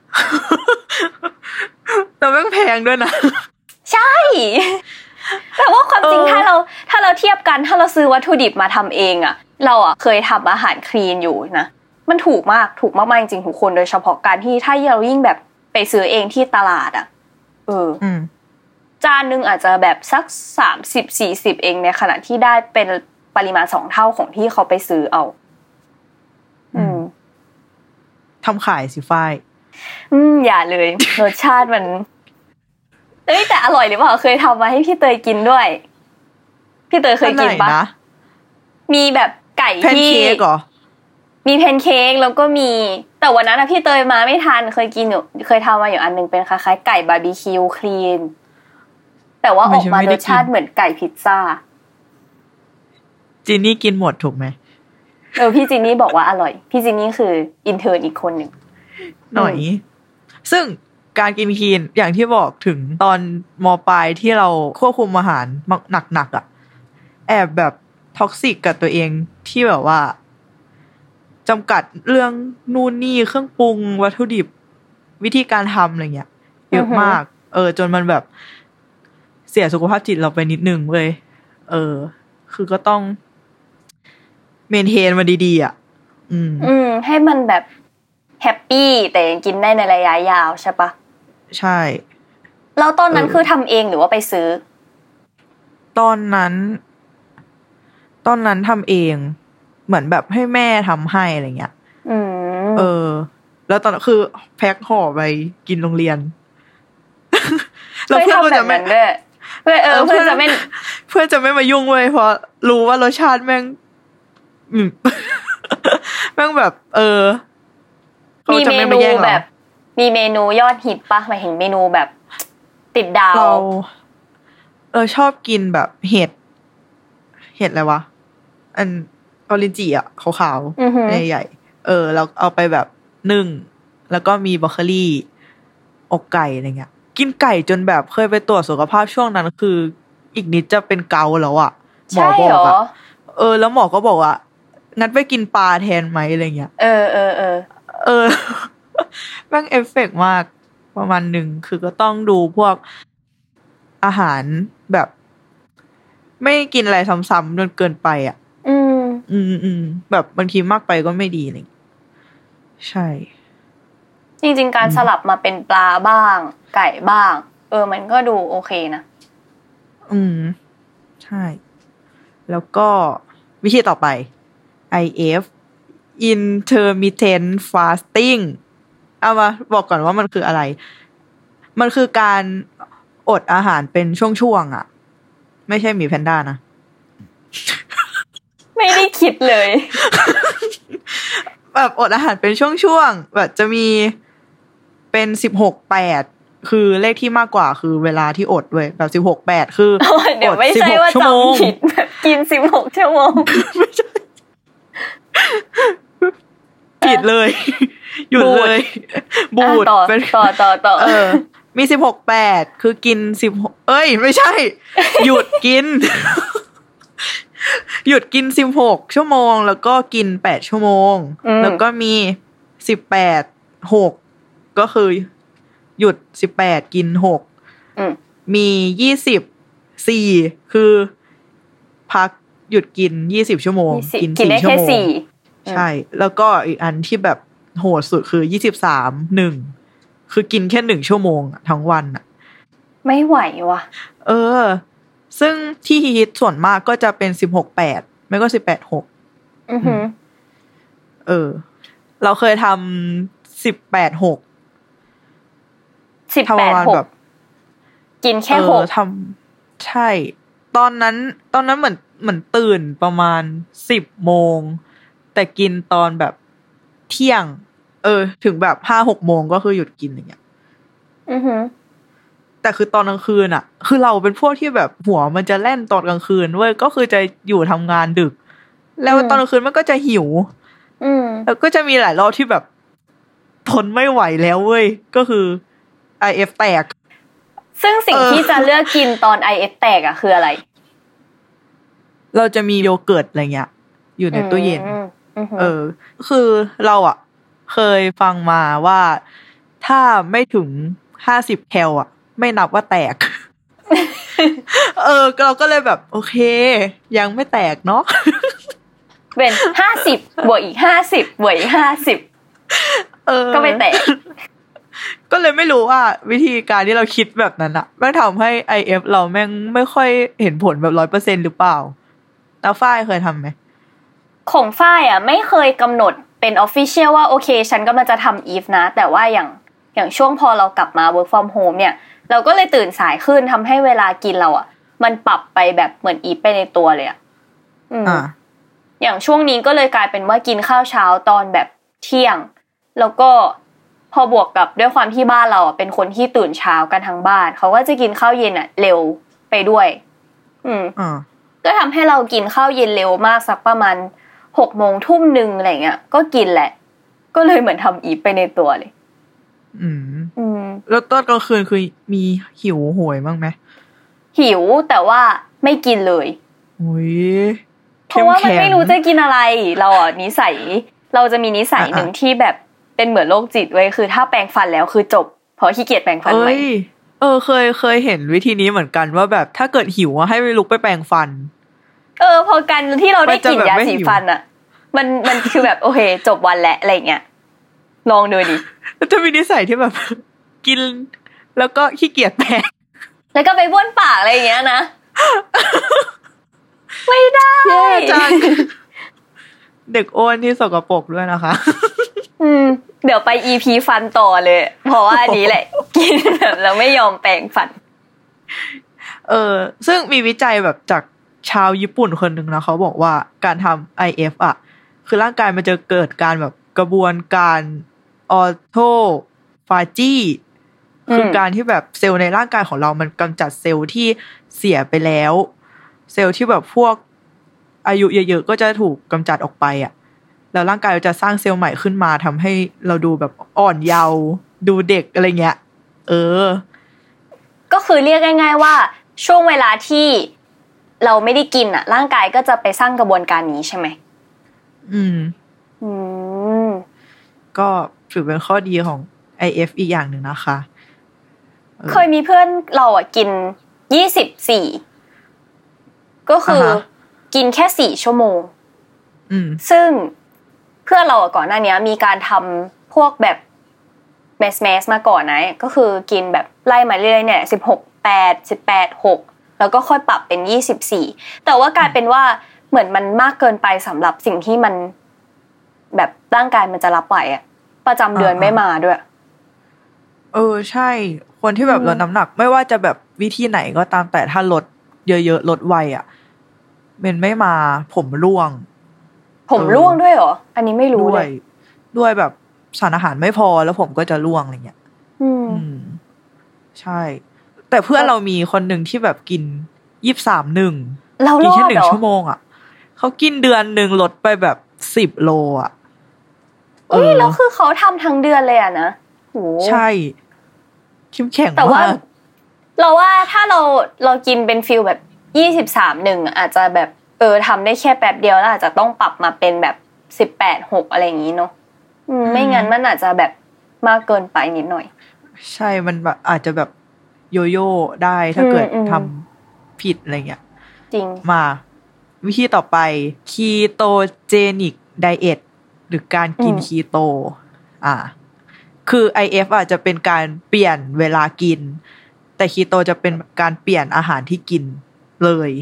แต่แม่งแพงด้วยนะใช่แต่ว่าความจริงถ้าเราเทียบกันถ้าเราซื้อวัตถุดิบมาทำเองอะเราอะเคยทำอาหารคลีนอยู่นะมันถูกมากจริงๆทุกคนโดยเฉพาะการที่ถ้าเรายิ่งแบบไปซื้อเองที่ตลาดอะจานนึงอาจจะแบบสัก30-40เองในขณะที่ได้เป็นปริมาณ2เท่าของที่เขาไปซื้อเอาทำขายสิฝ้ายอย่าเลยรสชาติมันแต่อร่อยหรือเปล่าเคยทำมาให้พี่เตยกินด้วยพี่เตยเคยกินปะมีแบบไก่ที่แพนเค้กเหรอมีแพนเค้กแล้วก็มีแต่วันนั้นพี่เตยมาไม่ทันเคยกินอยู่เคยทำมาอยู่อันนึงเป็นคล้ายๆไก่บาร์บีคิวคลีนแต่ว่าออกมารสชาติเหมือนไก่พิซซ่าจินนี่กินหมดถูกไหมพี่จินนี่บอกว่าอร่อยพี่จินนี่คืออินเทอร์นอีกคนหนึ่งหน่อยซึ่งการกินคลีนอย่างที่บอกถึงตอนม.ปลายที่เราควบคุมอาหารหนักๆอ่ะแอบแบบท็อกซิกกับตัวเองที่แบบว่าจำกัดเรื่องนู่นนี่เครื่องปรุงวัตถุดิบวิธีการทำอะไรเงี้ยเยอะมากจนมันแบบเสียสุขภาพจิตเราไปนิดนึงเว้ยคือก็ต้องเมนเทนมาดีๆอ่ะให้มันแบบแฮปปี้แต่ยังกินได้ในระยะยาวใช่ปะใช่แล้วตอนนั้นคือทำเองหรือว่าไปซื้อตอนนั้นทำเองเหมือนแบบให้แม่ทำให้อะไรเงี้ยแล้วตอนคือแพ็คห่อไปกินโรงเรียนแล้วเพื่อนก็จะไม่เพื่อนจะไม่มายุ่งเว้ยเพราะรู้ว่ารสชาติแม่งแบบมีเมนูแบบมีเมนูยอดฮิตปะหมายถึงเมนูแบบติดดาวเราชอบกินแบบเห็ดอะไรวะอันออริจิอ่ะขาวๆใหญ่ๆเราเอาไปแบบนึ่งแล้วก็มีบรอกโคลีอกไก่อะไรเงี้ยกินไก่จนแบบเคยไปตรวจสุขภาพช่วงนั้นคืออีกนิดจะเป็นเกาแล้วอ่ะหมอบอกอ่ะแล้วหมอก็บอกว่างั้นไปกินปลาแทนไหมอะไรเงี้ยแม่งเอฟเฟกต์มากประมาณนึงคือก็ต้องดูพวกอาหารแบบไม่กินอะไรซ้ำๆจนเกินไปอ่ะแบบบางทีมากไปก็ไม่ดีเลยใช่จริงๆการสลับมาเป็นปลาบ้างไก่บ้างมันก็ดูโอเคนะใช่แล้วก็วิธีต่อไป IF intermittent fasting เอามาบอกก่อนว่ามันคืออะไรมันคือการอดอาหารเป็นช่วงๆอ่ะไม่ใช่หมีแพนด้านะไม่ได้คิดเลยแบบอดอาหารเป็นช่วงๆแบบจะมีเป็น16-8คือเลขที่มากกว่าคือเวลาที่อดด้วยแบบ16-8คือเดี๋ยวไม่ใช่ว่าจำผิดแบบกิน16ชั่วโมงไม่ใช่ผิดเลยหยุดเลยบูดเป็นต่อมี16-8คือกิน16ไม่ใช่หยุดกิน16ชั่วโมงแล้วก็กิน8ชั่วโมงแล้วก็มี18-6ก็คือหยุด18กิน6มี24คือพักหยุดกิน20ชั่วโมงกิน4ชั่วโมงใช่แล้วก็อีกอันที่แบบโหดสุดคือ23-1คือกินแค่1ชั่วโมงทั้งวันอ่ะไม่ไหวว่ะซึ่งที่ฮิตส่วนมากก็จะเป็น16-8ไม่ก็18-6เราเคยทำ18-6 แบบกินแค่6 ทำใช่ตอนนั้นเหมือนตื่นประมาณ10โมงแต่กินตอนแบบเที่ยงถึงแบบ 5-6 โมงก็คือหยุดกินอย่างเงี้ยแต่คือตอนกลางคืนอ่ะคือเราเป็นพวกที่แบบหัวมันจะแล่นตอนกลางคืนเว้ยก็คือจะอยู่ทำงานดึกแล้วตอนกลางคืนมันก็จะหิวแล้วก็จะมีหลายรอบที่แบบทนไม่ไหวแล้วเว้ยก็คือ IF แตกซึ่งสิ่งที่จะเลือกกินตอน IF แตกอ่ะคืออะไรเราจะมีโยเกิร์ตอะไรเงี้ยอยู่ในตู้เย็นคือเราอ่ะเคยฟังมาว่าถ้าไม่ถึง50แคลอ่ะไม่นับว่าแตก เราก็เลยแบบโอเคยังไม่แตกเนาะเป็น50บวกอีก50บวกอีก50ก็ไม่แตกก็เลยไม่รู้ว่าวิธีการที่เราคิดแบบนั้นอะแม่งทำให้ IF เราแม่งไม่ค่อยเห็นผลแบบ 100% หรือเปล่าแล้วฝ้ายเคยทำไหมของฝ้ายอ่ะไม่เคยกำหนดเป็น official ว่าโอเคฉันกำลังจะทำ if นะแต่ว่าอย่างช่วงพอเรากลับมา work from home เนี่ยเราก็เลยตื่นสายขึ้นทำให้เวลากินเราอ่ะมันปรับไปแบบเหมือน if ไปในตัวเลยอ่ะอย่างช่วงนี้ก็เลยกลายเป็นว่ากินข้าวเช้าตอนแบบเที่ยงแล้วก็พอบวกกับด้วยความที่บ้านเราอ่ะเป็นคนที่ตื่นเช้ากันทั้งบ้านเขาก็จะกินข้าวเย็นอ่ะเร็วไปด้วยก็ทำให้เรากินข้าวเย็นเร็วมากสักประมาณ 6:00 น ทุ่มนึงอะไรเงี้ยก็กินแหละก็เลยเหมือนทำอีฟไปในตัวเลยแล้วตอนกลางคืนคือมีหิวโหยบ้างไหมหิวแต่ว่าไม่กินเลยเพราะว่ามันไม่รู้จะกินอะไรเราอ่ะนิสัยเราจะมีนิสัยหนึ่งที่แบบเป็นเหมือนโรคจิตไว้คือถ้าแปรงฟันแล้วคือจบเพราะขี้เกียจแปรงฟันใหม่เคยเห็นวิธีนี้เหมือนกันว่าแบบถ้าเกิดหิวให้ไปลุกไปแปรงฟันพอกันที่เราได้กลิ่นยาสีฟันอ่ะมันคือแบบโอเคจบวันแล้วอะไรเงี้ยลองดูดิจะมีนิสัยที่แบบกินแล้วก็ขี้เกียจแปรงแล้วก็ไปบ้วนปากอะไรอย่างเงี้ยนะไม่ได้จังเด็กอ้วนที่สกปรกด้วยนะคะเดี๋ยวไป EP ฟันต่อเลยเพราะว่าอันนี้แหละกินแบบแล้วไม่ยอมแปรงฟันซึ่งมีวิจัยแบบจากชาวญี่ปุ่นคนหนึ่งนะเขาบอกว่าการทำ IF อ่ะคือร่างกายมันจะเกิดการแบบกระบวนการออโตฟาจีคือการที่แบบเซลล์ในร่างกายของเรามันกำจัดเซลล์ที่เสียไปแล้วเซลล์ที่แบบพวกอายุเยอะๆก็จะถูกกำจัดออกไปอ่ะแล้วร่างกายจะสร้างเซลล์ใหม่ขึ้นมาทำให้เราดูแบบอ่อนเยาว์ดูเด็กอะไรเงี้ยก็คือเรียกง่ายๆว่าช่วงเวลาที่เราไม่ได้กินอ่ะร่างกายก็จะไปสร้างกระบวนการนี้ใช่ไหมก็ถือเป็นข้อดีของ IF อีกอย่างหนึ่งนะคะเคยมีเพื่อนเราอ่ะกิน24ก็คือกินแค่4ชั่วโมงซึ่งเพื่อนเราก่อนหน้านี้มีการทำพวกแบบแมสมาก่อนนะก็คือกินแบบไล่มาเรื่อยๆเนี่ย16-8 แล้วก็ค่อยปรับเป็น24แต่ว่ากลายเป็นว่าเหมือนมันมากเกินไปสำหรับสิ่งที่มันแบบร่างกายมันจะรับไหวอ่ะประจำเดือนไม่มาด้วยใช่คนที่แบบลดน้ำหนักไม่ว่าจะแบบวิธีไหนก็ตามแต่ถ้าลดเยอะๆลดไวอ่ะมันไม่มาผมร่วงด้วยเหรออันนี้ไม่รู้เลยด้วยแบบสารอาหารไม่พอแล้วผมก็จะร่วงอะไรเงี้ยใช่แต่เพื่อนเรามีคนหนึ่งที่แบบกิน23-1กินแค่1ชั่วโมงอ่ะเขากินเดือนนึงลดไปแบบ10 โลอ่ะแล้วคือเขาทำทั้งเดือนเลยอ่ะนะโหใช่เข้มแข็งมากแต่ว่าเราว่าถ้าเรากินเป็นฟีลแบบ23-1อาจจะแบบทำได้แค่แป๊บเดียวแล้วอาจจะต้องปรับมาเป็นแบบ18-6อะไรอย่างงี้เนาะไม่งั้นมันอาจจะแบบมากเกินไปนิดหน่อยใช่มันแบบอาจจะแบบโยโย่ได้ถ้าเกิดทำผิดอะไรเงี้ยจริงมาวิธีต่อไปคีโตเจนิกไดเอทหรือการกินคีโตคือ IF อาจจะเป็นการเปลี่ยนเวลากินแต่คีโตจะเป็นการเปลี่ยนอาหารที่กินเลย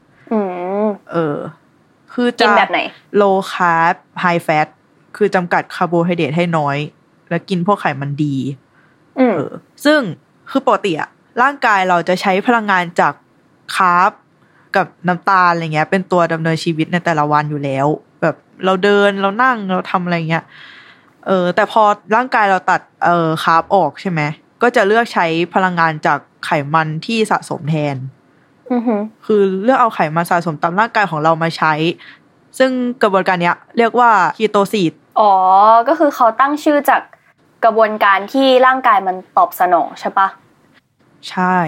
คือจะแบบไหน low carb high fat คือจำกัดคาร์โบไฮเดรตให้น้อยแล้วกินพวกไขมันดีซึ่งคือปกติอะร่างกายเราจะใช้พลังงานจากคาร์บกับน้ำตาลอะไรเงี้ยเป็นตัวดำเนินชีวิตในแต่ละวันอยู่แล้วแบบเราเดินเรานั่งเราทำอะไรเงี้ยแต่พอร่างกายเราตัดคาร์บออกใช่ไหมก็จะเลือกใช้พลังงานจากไขมันที่สะสมแทนคือเลือกเอาไขมันสะสมตามร่างกายของเรามาใช้ซึ่งกระบวนการนี้เรียกว่าคีโตซิสก็คือเขาตั้งชื่อจากกระบวนการที่ร่างกายมันตอบสนองใช่ปะใช่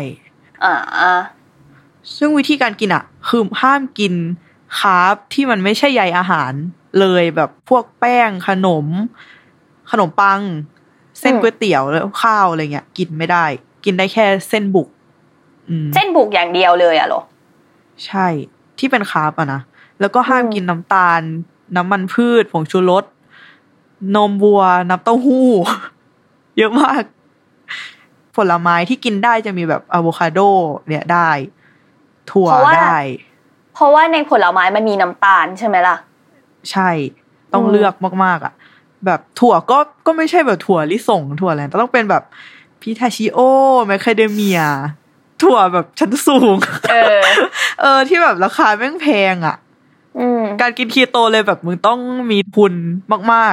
ซึ่งวิธีการกินคือห้ามกินคาร์บที่มันไม่ใช่ใยอาหารเลยแบบพวกแป้งขนมปังเส้นก๋วยเตี๋ยวแล้วข้าวอะไรเงี้ยกินไม่ได้กินได้แค่เส้นบุกเส้นบุกอย่างเดียวเลยอะเหรอใช่ที่เป็นคาร์บอะนะแล้วก็ห้ามกินน้ำตาลน้ำมันพืชผงชูรสนมวัวน้ำเต้าหู้ เยอะมากผลไม้ที่กินได้จะมีแบบอะโวคาโดเนี่ยได้ถั่วได้เพราะว่าในผลไม้มันมีน้ำตาลใช่ไหมล่ะใช่ต้องเลือกมากๆอ่ะแบบถั่วก็ไม่ใช่แบบถั่วลิสงถั่วอะไรต้องเป็นแบบพิทาชิโอแมคคาเดเมียถั่วแบบชั้นสูงที่แบบราคาแม่งแพงอ่ะการกินคีโตเลยแบบมึงต้องมีทุนมาก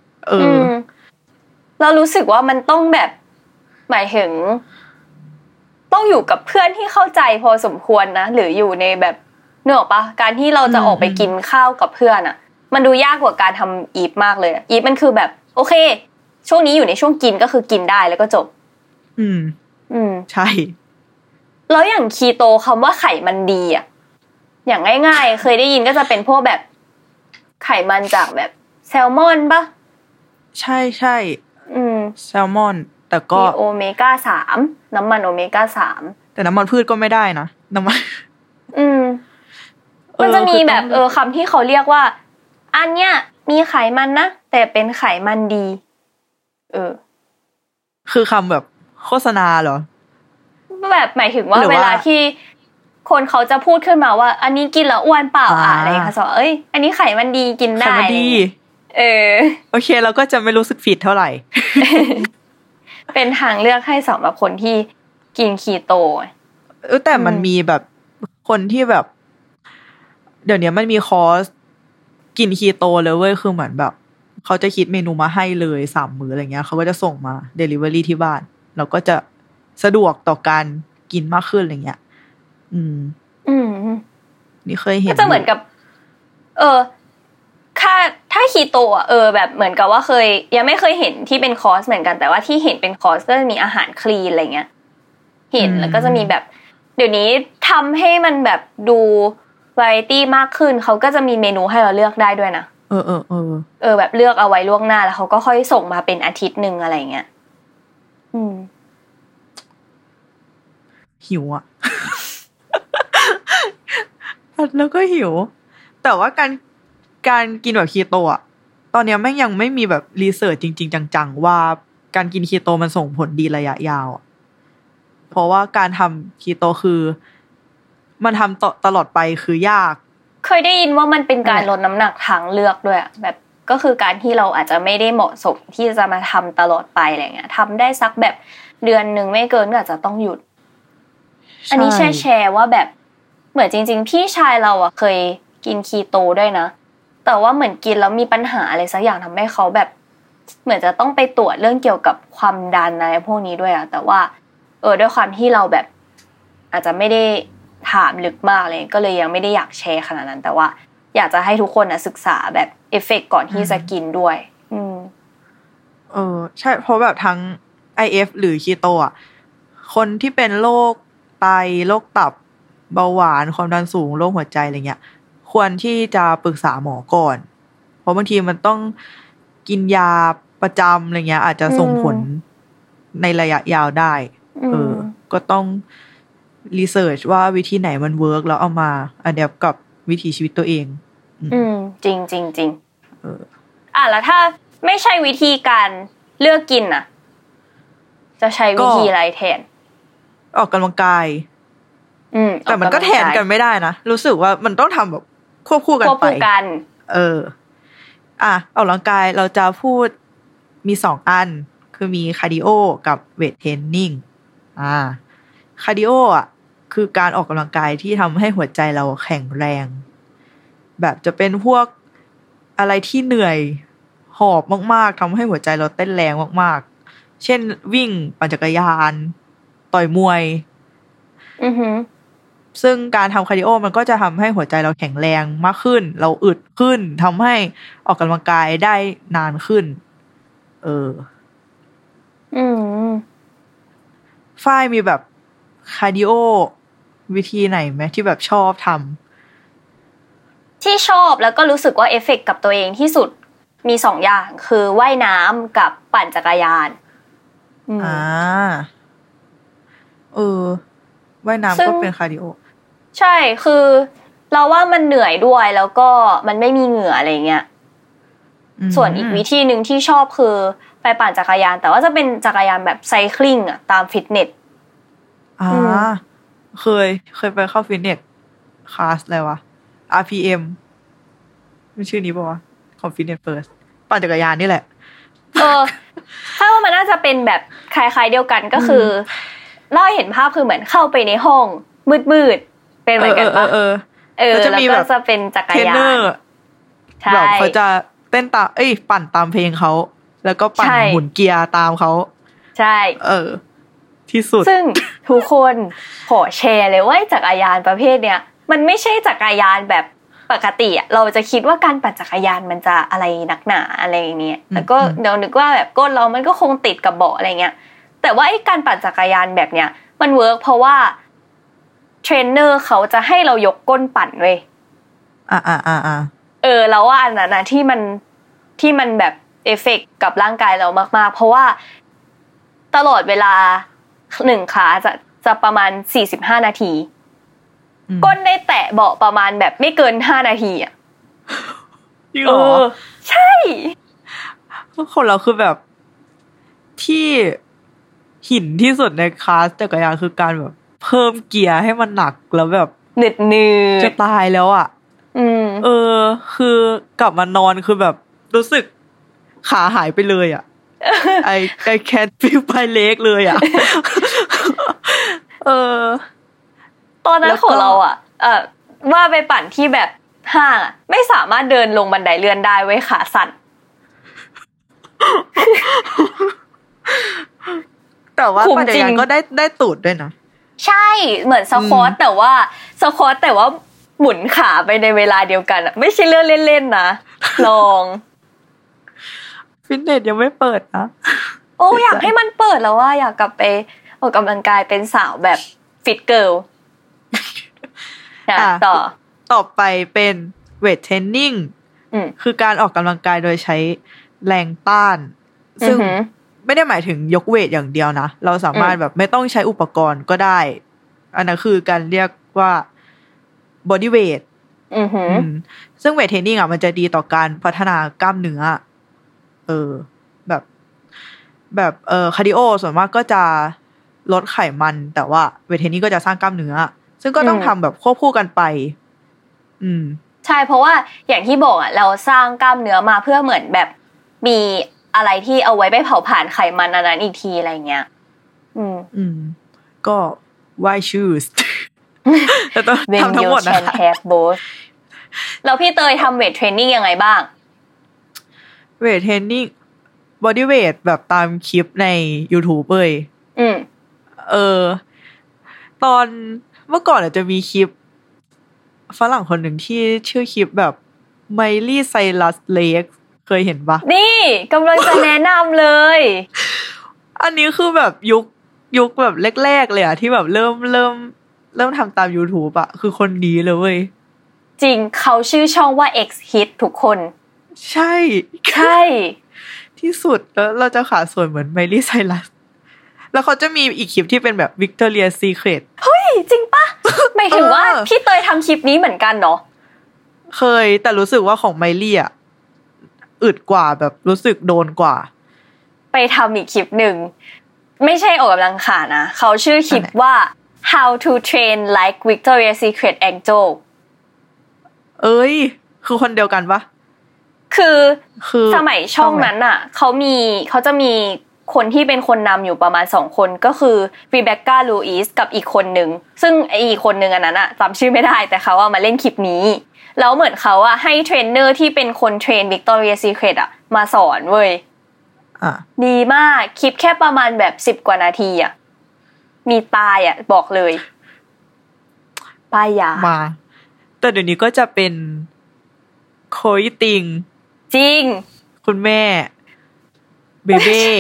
ๆเรารู้สึกว่ามันต้องแบบหมายถึงต้องอยู่กับเพื่อนที่เข้าใจพอสมควรนะหรืออยู่ในแบบเนอะปะการที่เราจะออกไปกินข้าวกับเพื่อนอ่ะมันดูยากกว่าการทำอีฟมากเลยอีฟมันคือแบบโอเคช่วงนี้อยู่ในช่วงกินก็คือกินได้แล้วก็จบใช่แล้วอย่างคีโตคำว่าไขมันดีอ่ะอย่างง่ายๆเคยได้ยินก็จะเป็นพวกแบบไขมันจากแบบแซลมอนปะใช่ใช่แซลมอนแต่ก็มีโอเมก้า3น้ำมันโอเมก้า3 แต่น้ำมันพืชก็ไม่ได้นะน้ำมันมันจะมีแบบคำที่เขาเรียกว่าอันเนี้ยมีไขมันนะแต่เป็นไขมันดีคือคำแบบโฆษณาเหรอแบบหมายถึงว่าเวลาที่คนเขาจะพูดขึ้นมาว่าอันนี้กินแล้วอ้วนเปล่าอะไรค่ะสอนอันนี้ไขมันดีกินได้ไขมันดีโอเคเราก็จะไม่รู้สึกผิดเท่าไหร่เป็นทางเลือกให้สำหรับคนที่กินคีโตแต่มันมีแบบคนที่แบบเดี๋ยวนี้มันมีคอร์สกินคีโตเลยเว้ยคือเหมือนแบบเขาจะคิดเมนูมาให้เลย3 มื้ออะไรเงี้ยเขาก็จะส่งมาเดลิเวอรี่ที่บ้านเราก็จะสะดวกต่อการกินมากขึ้นอะไรเงี้ยนี่เคยเห็นก็จะเหมือนกับถ้าคีโตอ่ะแบบเหมือนกับว่าเคยยังไม่เคยเห็นที่เป็นคอร์สเหมือนกันแต่ว่าที่เห็นเป็นคอร์สก็จะมีอาหารคลีนอะไรเงี้ยเห็นแล้วก็จะมีแบบเดี๋ยวนี้ทำให้มันแบบดูวาไรตี้มากขึ้นเขาก็จะมีเมนูให้เราเลือกได้ด้วยนะแบบเลือกเอาไว้ล่วงหน้าแล้วเขาก็ค่อยส่งมาเป็นอาทิตย์นึงอะไรเงี้ยหิวอ่ะ แล้วก็หิวแต่ว่าการกินแบบคีโตอ่ะตอนนี้แม่งยังไม่มีแบบรีเสิร์ชจริงๆจังๆว่าการกินคีโตมันส่งผลดีระยะยาวเพราะว่าการทำคีโตคือมันทำตลอดไปคือยากเคยได้ยินว่ามันเป็นการลดน้ำหนักทางเลือกด้วยแบบก็คือการที่เราอาจจะไม่ได้เหมาะสมที่จะมาทำตลอดไปอะไรเงี้ยทำได้สักแบบเดือนนึงไม่เกินก็อาจจะต้องหยุดอันนี้แชร์ว่าแบบเหมือนจริงๆพี่ชายเราเคยกินคีโตด้วยนะแต่ว่าเหมือนกินแล้วมีปัญหาอะไรสักอย่างทำให้เขาแบบเหมือนจะต้องไปตรวจเรื่องเกี่ยวกับความดันอะไรพวกนี้ด้วยแต่ว่าด้วยความที่เราแบบอาจจะไม่ได้ถามลึกมากเลยก็เลยยังไม่ได้อยากแชร์ขนาดนั้นแต่ว่าอยากจะให้ทุกคนศึกษาแบบเอฟเฟกต์ก่อนที่จะกินด้วยใช่เพราะแบบทั้ง IF หรือคีโตคนที่เป็นโรคไตโรคตับเบาหวานความดันสูงโรคหัวใจอะไรเงี้ยควรที่จะปรึกษาหมอก่อนเพราะบางทีมันต้องกินยาประจำอะไรเงี้ยอาจจะส่งผลในระยะยาวได้ก็ต้องรีเสิร์ชว่าวิธีไหนมันเวิร์กแล้วเอามาอะแดปกับวิถีชีวิตตัวเองจริงจริงจริงแล้วถ้าไม่ใช่วิธีการเลือกกินจะใช้วิธีอะไรแทนออกกำลังกายแต่มันก็แทนกันไม่ได้นะรู้สึกว่ามันต้องทำแบบควบคู่กันไปออกกำลังกายเราจะพูดมี2 อันคือมีคาร์ดิโอกับเวทเทรนนิ่งคาร์ดิโอคือการออกกำลังกายที่ทำให้หัวใจเราแข็งแรงแบบจะเป็นพวกอะไรที่เหนื่อยหอบมากๆทำให้หัวใจเราเต้นแรงมากๆเช่นวิ่งปั่นจักรยานต่อยมวยซึ่งการทำคาร์ดิโอมันก็จะทำให้หัวใจเราแข็งแรงมากขึ้นเราอึดขึ้นทำให้ออกกำลังกายได้นานขึ้นฝ้ายมีแบบคาร์ดิโอวิธีไหนไหมที่แบบชอบทำที่ชอบแล้วก็รู้สึกว่าเอฟเฟกต์กับตัวเองที่สุดมี2 อย่างคือว่ายน้ำกับปั่นจักรยานว่ายน้ำก็เป็นคาร์ดิโอใช่คือเราว่ามันเหนื่อยด้วยแล้วก็มันไม่มีเหงื่ออะไรเงี้ยส่วนอีกวิธีนึงที่ชอบคือไปปั่นจักรยานแต่ว่าจะเป็นจักรยานแบบไซคลิงอ่ะตามฟิตเนสเคยไปเข้าฟิตเนสคลาสอะไรวะ RPM ไม่ชื่อนี้ป่ะวะของฟิตเนสเฟิร์สปั่นจักรยานนี่แหละถ้าว่ามันน่าจะเป็นแบบคล้ายๆเดียวกันก็คือเล่าให้เห็นภาพคือเหมือนเข้าไปในห้องมืดๆเป็นเหมือนกันปะแล้วจะมีแบบจะเป็นจักรยานใช่แบบเขาจะเต้นตามปั่นตามเพลงเขาแล้วก็ปั่นหมุนเกียร์ตามเขาใช่ที่สุดซึ่งทุกคนขอแชร์เลยว่าจักรยานประเภทเนี้ยมันไม่ใช่จักรยานแบบปกติอ่ะเราจะคิดว่าการปั่นจักรยานมันจะอะไรนักหนาอะไรอย่างเงี้ยแล้วก็เดี๋ยวนึกว่าแบบก้นเรามันก็คงติดกับเบาะอะไรเงี้ยแต่ว่าการปั่นจักรยานแบบเนี้ยมันเวิร์กเพราะว่าเทรนเนอร์เขาจะให้เรายกก้นปั่นเว้ยแล้วว่าอันนั้นนะที่มันแบบเอฟเฟกต์กับร่างกายเรามากๆเพราะว่าตลอดเวลา1ขาจะประมาณ45นาทีก้นได้แตะเบาะประมาณแบบไม่เกิน5นาทีอ่ะจริงเหรอใช่คนเราคือแบบที่หินที่สุดในคลาสจักรยานคือการแบบเพิ่มเกียร์ให้มันหนักแล้วแบบหนืดจะตายแล้วอ่ะคือกลับมานอนคือแบบรู้สึกขาหายไปเลยอ่ะI can't feel my leg เลยอ่ะตอนนั้นของเราอ่ะว่าไปปั่นที่แบบห้างอ่ะไม่สามารถเดินลงบันไดเลื่อนได้ไว้ขาสั่นแต่ว่าปั่นจักรยานก็ได้ตูดด้วยนะใช่เหมือนสควอตแต่ว่าหมุนขาไปในเวลาเดียวกันอ่ะไม่ใช่เรื่องเล่นๆนะลองฟิตเนสยังไม่เปิดนะอยากให้มันเปิดแล้วว่าอยากกลับไปออกกำลังกายเป็นสาวแบบฟิตเกิร์ลต่อไปเป็นเวทเทรนนิ่งคือการออกกำลังกายโดยใช้แรงต้านซึ่งไม่ได้หมายถึงยกเวทอย่างเดียวนะเราสามารถแบบไม่ต้องใช้อุปกรณ์ก็ได้อันนั้นคือการเรียกว่าบอดี้เวทซึ่งเวทเทรนนิ่งอ่ะมันจะดีต่อการพัฒนากล้ามเนื้อแบบคาร์ดิโอส่วนมากก็จะลดไขมันแต่ว่าเวทเทรนนิ่งก็จะสร้างกล้ามเนื้อซึ่งก็ต้องทำแบบควบคู่กันไปใช่เพราะว่าอย่างที่บอกอ่ะเราสร้างกล้ามเนื้อมาเพื่อเหมือนแบบมีอะไรที่เอาไว้ไปเผาผลาญไขมันอันนั้นอีกทีอะไรเงี้ยก็ why choose แต่ต้องทำทั้งหมดนะแล้วพี่เตยทำเวทเทรนนิ่งยังไงบ้างเวทเทรนนิ่งบอดี้เวทแบบตามคลิปใน YouTube เลยตอนเมื่อก่อนจะมีคลิปฝรั่งคนหนึ่งที่ชื่อคลิปแบบไมลี่ไซรัสเลกเคยเห็นปะนี่กำลังจะแนะนำเลยอันนี้คือแบบยุคแบบแรกๆเลยอะที่แบบเริ่มทำตาม YouTube อะคือคนนี้เลยเว้ยจริงเขาชื่อช่องว่า X Hit ทุกคนใช่ ที่สุดแล้วเราจะขาสวยเหมือนไมลี่ไซรัสแล้วเขาจะมีอีกคลิปที่เป็นแบบ Victoria's Secret เฮ้ยจริงปะหมายถึงว่าพี่เตยทำคลิปนี้เหมือนกันเนาะเคยแต่รู้สึกว่าของไมลี่อ่ะอึดกว่าแบบรู้สึกโดนกว่าไปทำอีกคลิปหนึ่งไม่ใช่ออกกำลังกายนะเขาชื่อคลิปว่า How to Train Like Victoria's Secret Angel คือคนเดียวกันปะคือสมัยช่องนั้นน่ะเขาจะมีคนที่เป็นคนนำอยู่ประมาณ2คนก็คือรีเบคก้าลูอิสกับอีกคนนึงซึ่งอีกคนนึงอันนั้นน่ะจำชื่อไม่ได้แต่เขามาเล่นคลิปนี้แล้วเหมือนเขาให้เทรนเนอร์ที่เป็นคนเทรน Victoria's Secret มาสอนเว้ยดีมากคลิปแค่ประมาณแบบ10กว่านาทีมีตายบอกเลยป้ายยามาแต่เดี๋ยวนี้ก็จะเป็นโคยติงจริงคุณแม่เบเบ้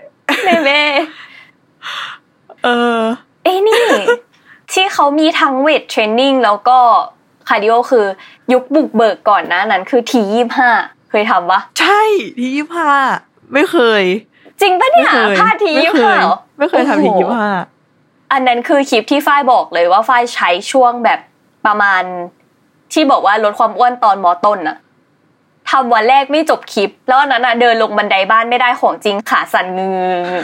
นี่ที่เขามีทั้งเวทเทรนนิ่งแล้วก็คาร์ดิโอคือยุคบุกเบิกก่อนนะนั้นคือ T25 เคยทำปะใช่ T25 ไม่เคยจริงปะเนี่ยพลาดที25 ไม่เคยทำที25 อันนั้นคือคลิปที่ฝ้ายบอกเลยว่าฝ้ายใช้ช่วงแบบประมาณที่บอกว่าลดความอ้วนตอนม.ต้นน่ะทำวันแรกไม่จบคลิปแล้วอันนั้นน่ะเดินลงบันไดบ้านไม่ได้ของจริงขาสั่นงือ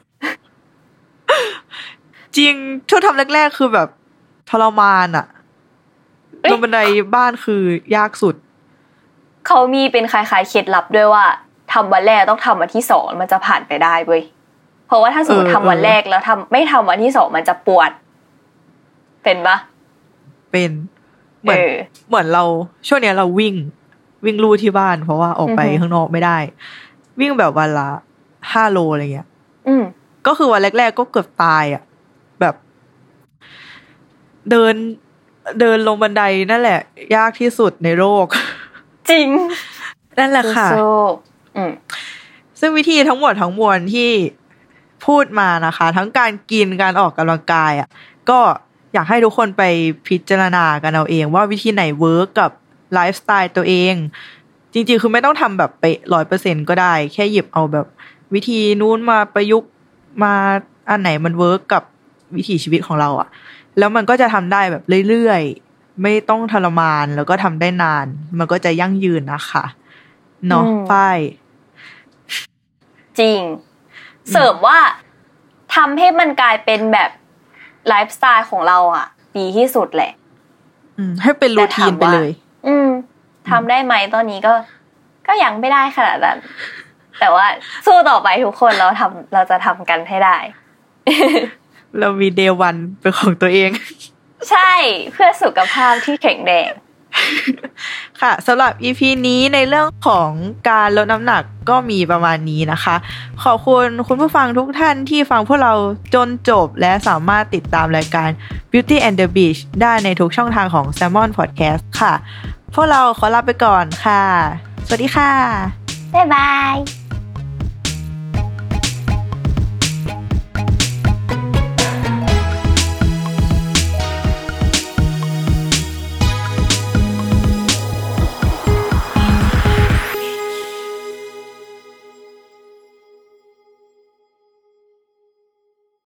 จริงช่วงทำแรกๆคือแบบทรมานอะลงบันไดบ้านคือยากสุดเขามีเป็นคล้ายๆเคล็ดลับด้วยว่าทำวันแรกต้องทำวันที่2มันจะผ่านไปได้เว้ยเพราะว่าถ้าสมมติทำวันแรกแล้วไม่ทำวันที่2มันจะปวดเป็นปะเป็นเหมือนเราช่วงนี้เราวิ่งลู่ที่บ้านเพราะว่าออกไปข้างนอกไม่ได้วิ่งแบบวันละ5 โลอะไรเงี้ยก็คือวันแรกๆก็เกือบตายอ่ะแบบเดินลงบันไดนั่นแหละยากที่สุดในโลกจริงนั่นแหละค่ะซึ่งวิธีทั้งหมดทั้งมวลที่พูดมานะคะทั้งการกินการออกกำลังกายอ่ะก็อยากให้ทุกคนไปพิจารณากันเอาเองว่าวิธีไหนเวิร์กกับไลฟ์สไตล์ตัวเองจริงๆคือไม่ต้องทำแบบเป๊ะ 100% ก็ได้แค่หยิบเอาแบบวิธีนู้นมาประยุกต์มาอันไหนมันเวิร์กกับวิถีชีวิตของเราอ่ะแล้วมันก็จะทำได้แบบเรื่อยๆไม่ต้องทรมานแล้วก็ทำได้นานมันก็จะยั่งยืนนะคะเนาะป้ายจริงเสริมว่าทำให้มันกลายเป็นแบบไลฟ์สไตล์ของเราอ่ะดีที่สุดแหละให้เป็นรูทีนไปเลยทำได้ไหมตอนนี้ก็ยังไม่ได้ขนาดนั้นแต่ว่าสู้ต่อไปทุกคนเราจะทำกันให้ได้เรามีเดย์วันเป็นของตัวเองใช่เพื่อสุขภาพที่แข็งแรงค่ะสำหรับ EP นี้ในเรื่องของการลดน้ำหนักก็มีประมาณนี้นะคะขอบคุณคุณผู้ฟังทุกท่านที่ฟังพวกเราจนจบและสามารถติดตามรายการ Beauty and the Beach ได้ในทุกช่องทางของ Salmon Podcast ค่ะพวกเราขอลาไปก่อนค่ะสวัสดีค่ะบ๊ายบาย